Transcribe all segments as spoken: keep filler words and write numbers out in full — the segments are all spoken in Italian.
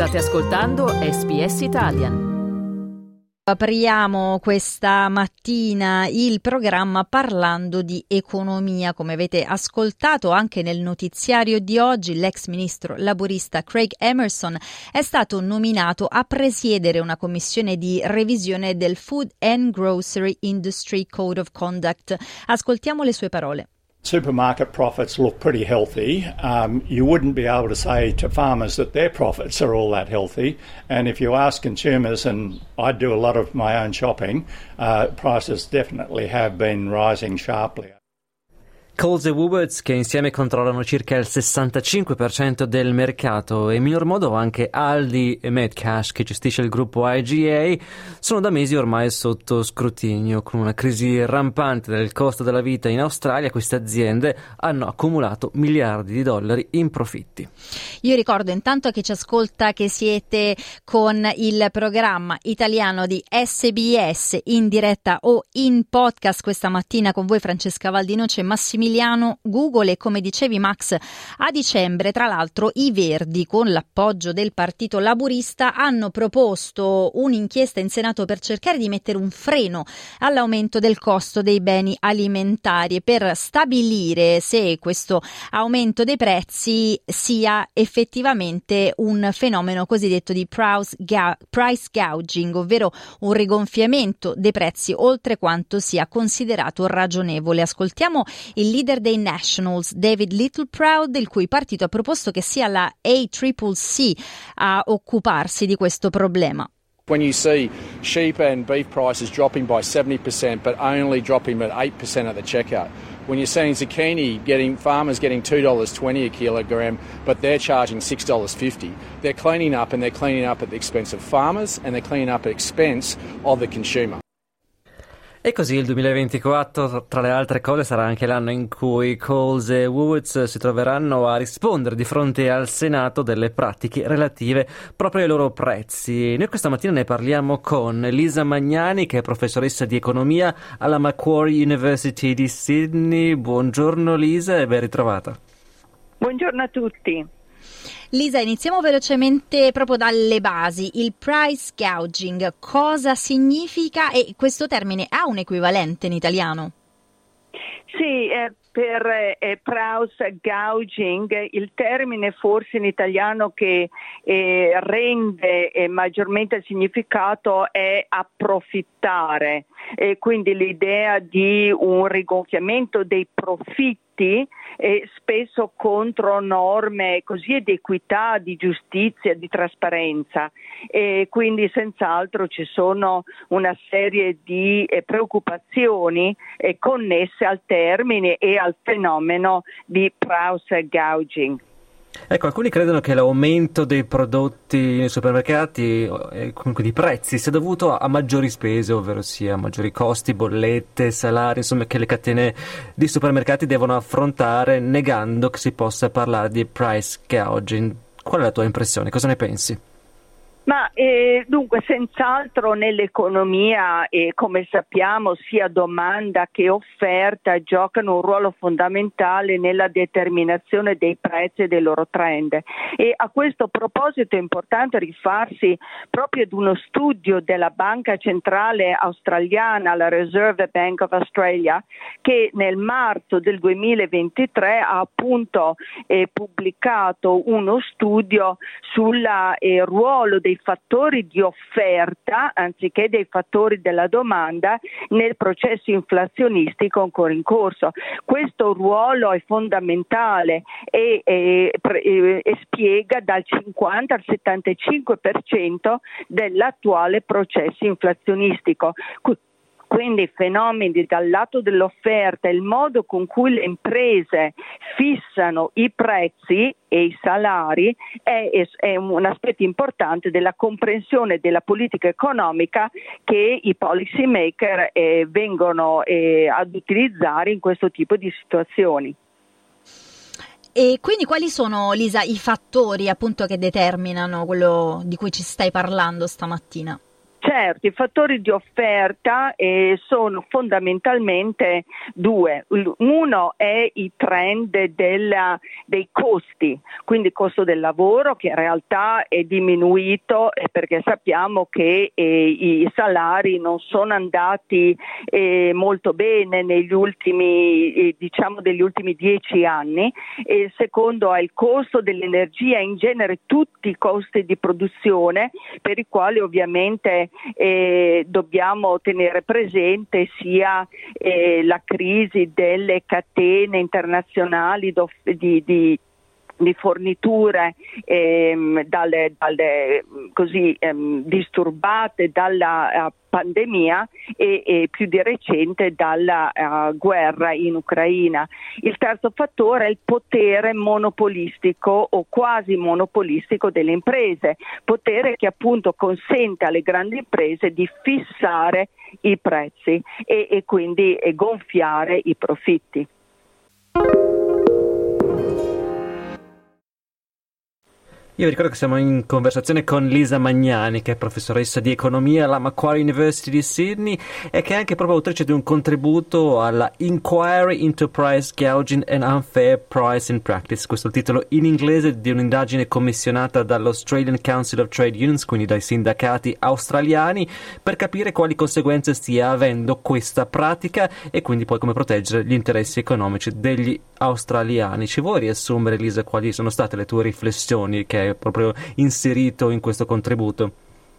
State ascoltando S B S Italian. Apriamo questa mattina il programma parlando di economia. Come avete ascoltato anche nel notiziario di oggi, l'ex ministro laburista Craig Emerson è stato nominato a presiedere una commissione di revisione del Food and Grocery Industry Code of Conduct. Ascoltiamo le sue parole. Supermarket profits look pretty healthy. Um, you wouldn't be able to say to farmers that their profits are all that healthy. And if you ask consumers, and I do a lot of my own shopping, uh, prices definitely have been rising sharply. Coles e Woolworths, che insieme controllano circa il sessantacinque per cento del mercato, e in minor modo anche Aldi e Metcash, che gestisce il gruppo I G A, sono da mesi ormai sotto scrutinio. Con una crisi rampante del costo della vita in Australia, queste aziende hanno accumulato miliardi di dollari in profitti. Io ricordo intanto a chi ci ascolta che siete con il programma italiano di S B S in diretta o in podcast. Questa mattina con voi Francesca Valdinoce e Massimiliano Google. E come dicevi Max, a dicembre tra l'altro i Verdi, con l'appoggio del Partito Laburista, hanno proposto un'inchiesta in Senato per cercare di mettere un freno all'aumento del costo dei beni alimentari e per stabilire se questo aumento dei prezzi sia effettivamente un fenomeno cosiddetto di price gouging, ovvero un rigonfiamento dei prezzi oltre quanto sia considerato ragionevole. Ascoltiamo il leader dei Nationals, David Littleproud, il cui partito ha proposto che sia la A C C C a occuparsi di questo problema. When you see sheep and beef prices dropping by seventy percent but only dropping at eight percent at the checkout, when you're seeing zucchini getting farmers getting two dollars twenty a kilogram but they're charging six dollars fifty, they're cleaning up, and they're cleaning up at the expense of farmers and they're cleaning up at the expense of the consumer. E così il duemilaventiquattro, tra le altre cose, sarà anche l'anno in cui Coles e Woolworths si troveranno a rispondere di fronte al Senato delle pratiche relative proprio ai loro prezzi. Noi questa mattina ne parliamo con Lisa Magnani, che è professoressa di economia alla Macquarie University di Sydney. Buongiorno Lisa e ben ritrovata. Buongiorno a tutti. Lisa, iniziamo velocemente proprio dalle basi. Il price gouging cosa significa e questo termine ha un equivalente in italiano? Sì, eh, per eh, price gouging il termine forse in italiano che eh, rende eh, maggiormente il significato è approfittare, e quindi l'idea di un rigonfiamento dei profitti e spesso contro norme così di equità, di giustizia, di trasparenza, e quindi senz'altro ci sono una serie di eh, preoccupazioni eh, connesse al termine e al fenomeno di price gouging. Ecco, alcuni credono che l'aumento dei prodotti nei supermercati e comunque di prezzi sia dovuto a maggiori spese, ovvero sia maggiori costi, bollette, salari, insomma, che le catene di supermercati devono affrontare, negando che si possa parlare di price gouging. Qual è la tua impressione? Cosa ne pensi? Ma eh, dunque senz'altro nell'economia, eh, come sappiamo, sia domanda che offerta giocano un ruolo fondamentale nella determinazione dei prezzi e dei loro trend, e a questo proposito è importante rifarsi proprio ad uno studio della Banca Centrale Australiana, la Reserve Bank of Australia, che nel marzo del duemilaventitré ha appunto eh, pubblicato uno studio sul eh, ruolo dei fattori di offerta anziché dei fattori della domanda nel processo inflazionistico ancora in corso. Questo ruolo è fondamentale e, e, e, e spiega dal cinquanta al settantacinque per cento dell'attuale processo inflazionistico. Quindi i fenomeni dal lato dell'offerta, il modo con cui le imprese fissano i prezzi e i salari è, è un aspetto importante della comprensione della politica economica che i policy maker eh, vengono eh, ad utilizzare in questo tipo di situazioni. E quindi quali sono, Lisa, i fattori appunto che determinano quello di cui ci stai parlando stamattina? Certo, i fattori di offerta eh, sono fondamentalmente due. Uno è il trend della, dei costi, quindi il costo del lavoro che in realtà è diminuito eh, perché sappiamo che eh, i salari non sono andati eh, molto bene negli ultimi, eh, diciamo degli ultimi dieci anni. E il secondo è il costo dell'energia, in genere tutti i costi di produzione per i quali ovviamente Eh, dobbiamo tenere presente sia eh, la crisi delle catene internazionali do, di, di di forniture ehm, dalle, dalle così ehm, disturbate dalla uh, pandemia e, e più di recente dalla uh, guerra in Ucraina. Il terzo fattore è il potere monopolistico o quasi monopolistico delle imprese, potere che appunto consente alle grandi imprese di fissare i prezzi e, e quindi e gonfiare i profitti. Io vi ricordo che siamo in conversazione con Lisa Magnani, che è professoressa di economia alla Macquarie University di Sydney e che è anche proprio autrice di un contributo alla Inquiry into Price Gouging and Unfair Pricing Practice. Questo è il titolo in inglese di un'indagine commissionata dall'Australian Council of Trade Unions, quindi dai sindacati australiani, per capire quali conseguenze stia avendo questa pratica e quindi poi come proteggere gli interessi economici degli australiani. Ci vuoi riassumere, Lisa, quali sono state le tue riflessioni che hai proprio inserito in questo contributo?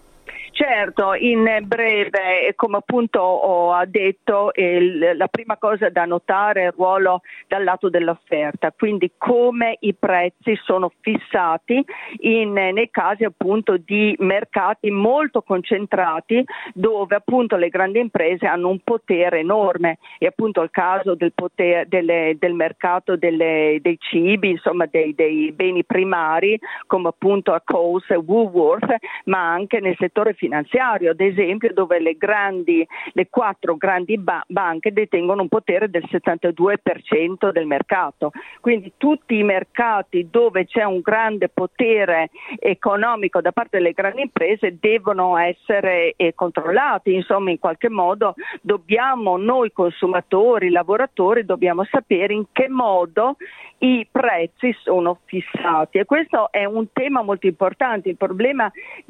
Certo, in breve, come appunto ho detto, il, la prima cosa da notare è il ruolo dal lato dell'offerta, quindi come i prezzi sono fissati in, nei casi appunto di mercati molto concentrati dove appunto le grandi imprese hanno un potere enorme, e appunto il caso del, potere, delle, del mercato delle, dei cibi, insomma dei, dei beni primari come appunto a Coles e Woolworth, ma anche nel settore finanziario, ad esempio, dove le grandi, le quattro grandi ba- banche detengono un potere del settantadue per cento del mercato. Quindi tutti i mercati dove c'è un grande potere economico da parte delle grandi imprese devono essere eh, controllati. Insomma, in qualche modo dobbiamo, noi consumatori, lavoratori, dobbiamo sapere in che modo i prezzi sono fissati, e questo è un tema molto importante, il problema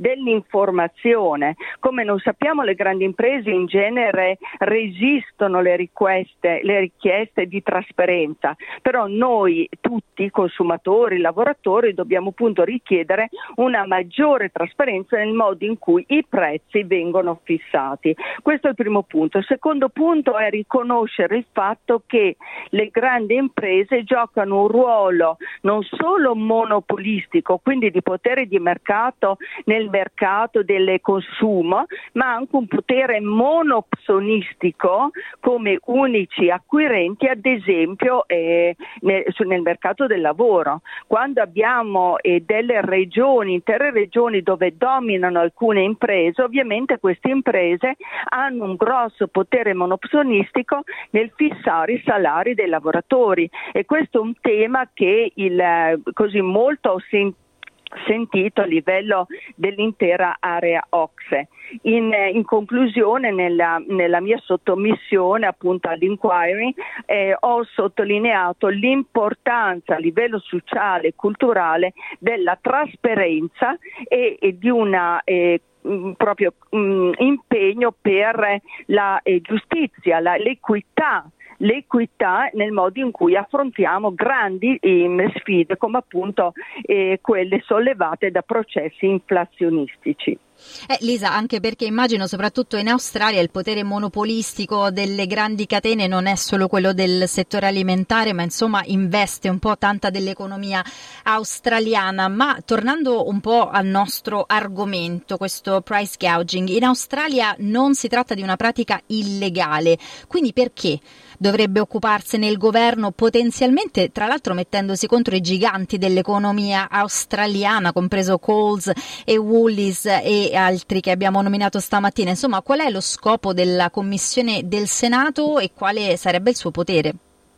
dell'informazione. Come non sappiamo, le grandi imprese in genere resistono le richieste, le richieste di trasparenza, però noi tutti, consumatori, lavoratori, dobbiamo appunto richiedere una maggiore trasparenza nel modo in cui i prezzi vengono fissati. Questo è il primo punto. Il secondo punto è riconoscere il fatto che le grandi imprese giocano un ruolo non solo monopolistico, quindi di potere di mercato nel mercato del consumo, ma anche un potere monopsonistico come unici acquirenti, ad esempio eh, nel, nel mercato del lavoro. Quando abbiamo eh, delle regioni, intere regioni dove dominano alcune imprese, ovviamente queste imprese hanno un grosso potere monopsonistico nel fissare i salari dei lavoratori, e questo è un tema che il, così molto ho sentito sentito a livello dell'intera area O C S E. In, in conclusione, nella, nella mia sottomissione appunto all'inquiry eh, ho sottolineato l'importanza a livello sociale e culturale della trasparenza e, e di una eh, proprio mh, impegno per la eh, giustizia, la, l'equità l'equità nel modo in cui affrontiamo grandi eh, sfide come appunto eh, quelle sollevate da processi inflazionistici. Eh, Lisa, anche perché immagino soprattutto in Australia il potere monopolistico delle grandi catene non è solo quello del settore alimentare, ma insomma investe un po' tanta dell'economia australiana. Ma tornando un po' al nostro argomento, questo price gouging, in Australia non si tratta di una pratica illegale, quindi perché dovrebbe occuparsene il governo, potenzialmente tra l'altro mettendosi contro i giganti dell'economia australiana, compreso Coles e Woolies e altri che abbiamo nominato stamattina? Insomma, qual è lo scopo della commissione del Senato e quale sarebbe il suo potere?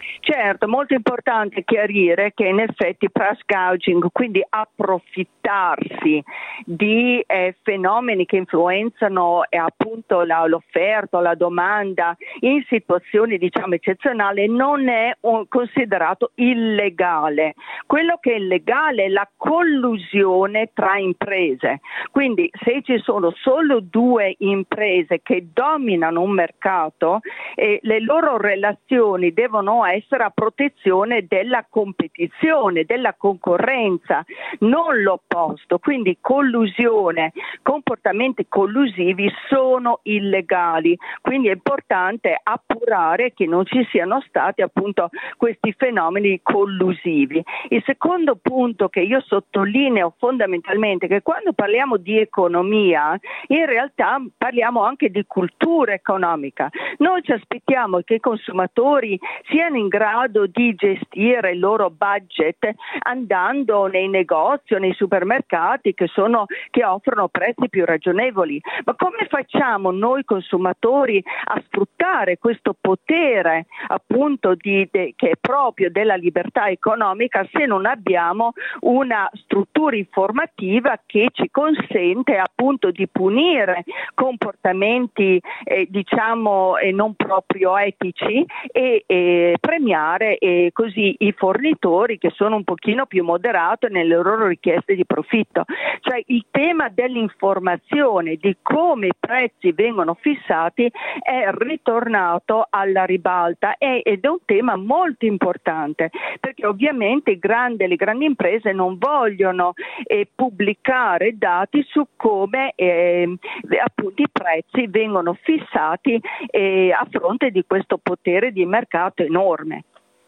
Certo, molto importante chiarire che in effetti price gouging, quindi approfittarsi di eh, fenomeni che influenzano eh, appunto la, l'offerta o la domanda in situazioni diciamo eccezionali, non è un, considerato illegale. Quello che è illegale è la collusione tra imprese, quindi se ci sono solo due imprese che dominano un mercato, eh, le loro relazioni devono essere a protezione della competizione, della concorrenza, non l'opposto. Quindi collusione, comportamenti collusivi sono illegali, quindi è importante appurare che non ci siano stati appunto questi fenomeni collusivi. Il secondo punto che io sottolineo fondamentalmente è che quando parliamo di economia in realtà parliamo anche di cultura economica. Noi ci aspettiamo che i consumatori siano in grado di gestire il loro budget andando nei negozi o nei supermercati che sono che offrono prezzi più ragionevoli. Ma come facciamo noi consumatori a sfruttare questo potere appunto di, de, che è proprio della libertà economica se non abbiamo una struttura informativa che ci consente appunto di punire comportamenti eh, diciamo eh, non proprio etici e, e premiare eh, così i fornitori che sono un pochino più moderati nelle loro richieste di profitto. Cioè il tema dell'informazione di come i prezzi vengono fissati è ritornato alla ribalta e, ed è un tema molto importante perché ovviamente i grandi, le grandi imprese non vogliono eh, pubblicare dati su come eh, appunto i prezzi vengono fissati eh, a fronte di questo potere di mercato enorme.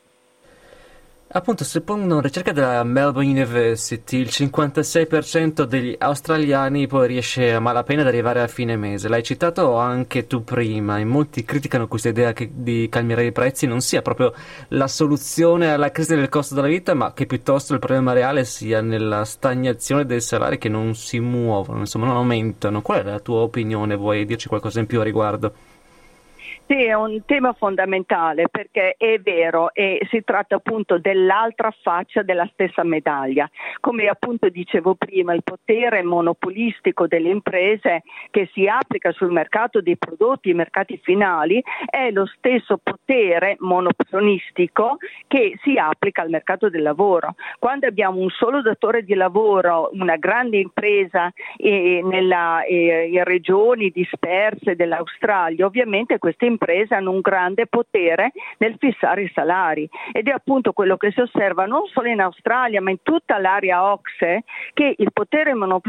Appunto, secondo una ricerca della Melbourne University, il cinquantasei per cento degli australiani poi riesce a malapena ad arrivare a fine mese. L'hai citato anche tu prima, e molti criticano questa idea che di calmierare i prezzi non sia proprio la soluzione alla crisi del costo della vita, ma che piuttosto il problema reale sia nella stagnazione dei salari che non si muovono, insomma non aumentano. Qual è la tua opinione? Vuoi dirci qualcosa in più a riguardo? Sì, è un tema fondamentale perché è vero e si tratta appunto dell'altra faccia della stessa medaglia. Come appunto dicevo prima, il potere monopolistico delle imprese che si applica sul mercato dei prodotti, i mercati finali, è lo stesso potere monopolistico che si applica al mercato del lavoro. Quando abbiamo un solo datore di lavoro, una grande impresa eh, nella, eh, in regioni disperse dell'Australia, ovviamente queste imprese hanno un grande potere nel fissare i salari ed è appunto quello che si osserva non solo in Australia ma in tutta l'area O C S E, che il potere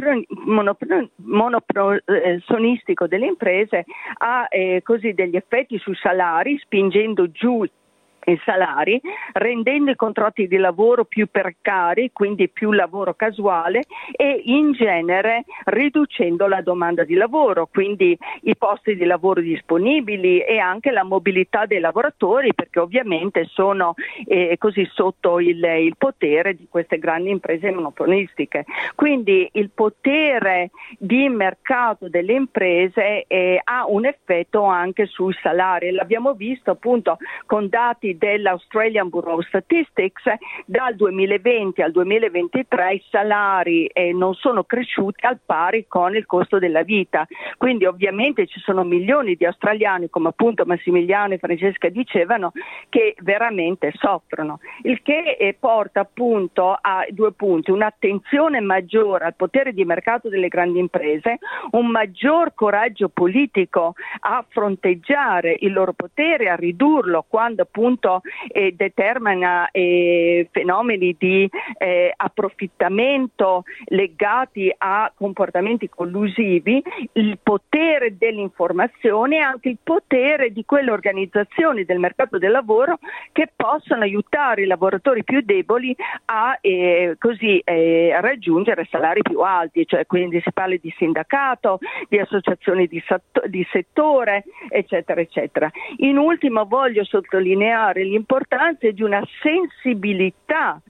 monopolistico delle imprese ha eh, così degli effetti sui salari, spingendo giù i salari, rendendo i contratti di lavoro più precari, quindi più lavoro casuale e in genere riducendo la domanda di lavoro, quindi i posti di lavoro disponibili e anche la mobilità dei lavoratori, perché ovviamente sono eh, così sotto il, il potere di queste grandi imprese monopolistiche. Quindi il potere di mercato delle imprese eh, ha un effetto anche sui salari. L'abbiamo visto appunto con dati dell'Australian Bureau of Statistics. Dal duemilaventi al duemilaventitré i salari eh, non sono cresciuti al pari con il costo della vita, quindi ovviamente ci sono milioni di australiani, come appunto Massimiliano e Francesca dicevano, che veramente soffrono, il che eh, porta appunto a due punti: un'attenzione maggiore al potere di mercato delle grandi imprese, un maggior coraggio politico a fronteggiare il loro potere, a ridurlo quando appunto eh, determina eh, fenomeni di eh, approfittamento legati a comportamenti collusivi, il potere dell'informazione e anche il potere di quelle organizzazioni del mercato del lavoro che possono aiutare i lavoratori più deboli a eh, così eh, raggiungere salari più alti, cioè quindi si parla di sindacato, di associazioni di, satto- di settore, eccetera, eccetera. In ultimo voglio sottolineare l'importanza di una sensibilità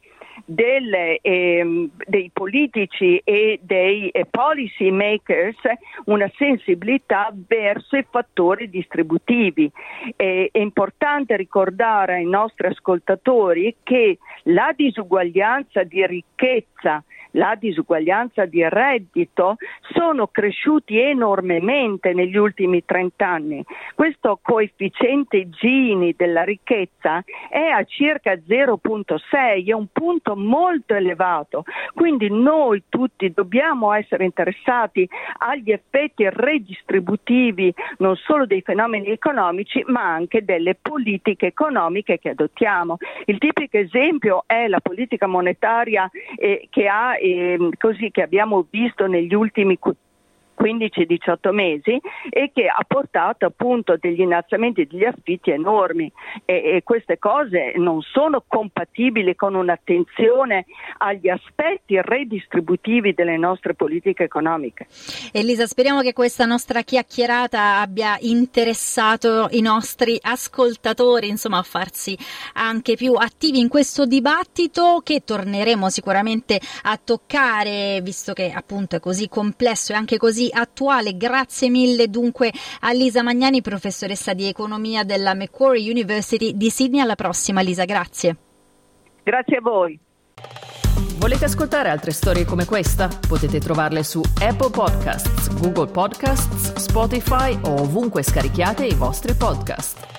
delle, eh, dei politici e dei eh, policy makers una sensibilità verso i fattori distributivi. Eh, è importante ricordare ai nostri ascoltatori che la disuguaglianza di ricchezza, la disuguaglianza di reddito sono cresciuti enormemente negli ultimi trent'anni. Questo coefficiente Gini della ricchezza è a circa zero virgola sei, è un punto molto elevato, quindi noi tutti dobbiamo essere interessati agli effetti redistributivi non solo dei fenomeni economici ma anche delle politiche economiche che adottiamo. Il tipico esempio è la politica monetaria eh, che ha eh, così che abbiamo visto negli ultimi quindici diciotto mesi e che ha portato appunto degli innalzamenti degli affitti enormi e, e queste cose non sono compatibili con un'attenzione agli aspetti redistributivi delle nostre politiche economiche. Elisa, speriamo che questa nostra chiacchierata abbia interessato i nostri ascoltatori, insomma, a farsi anche più attivi in questo dibattito che torneremo sicuramente a toccare, visto che appunto è così complesso e anche così attuale. Grazie mille dunque a Lisa Magnani, professoressa di economia della Macquarie University di Sydney. Alla prossima, Lisa, grazie. Grazie a voi. Volete ascoltare altre storie come questa? Potete trovarle su Apple Podcasts, Google Podcasts, Spotify o ovunque scarichiate i vostri podcast.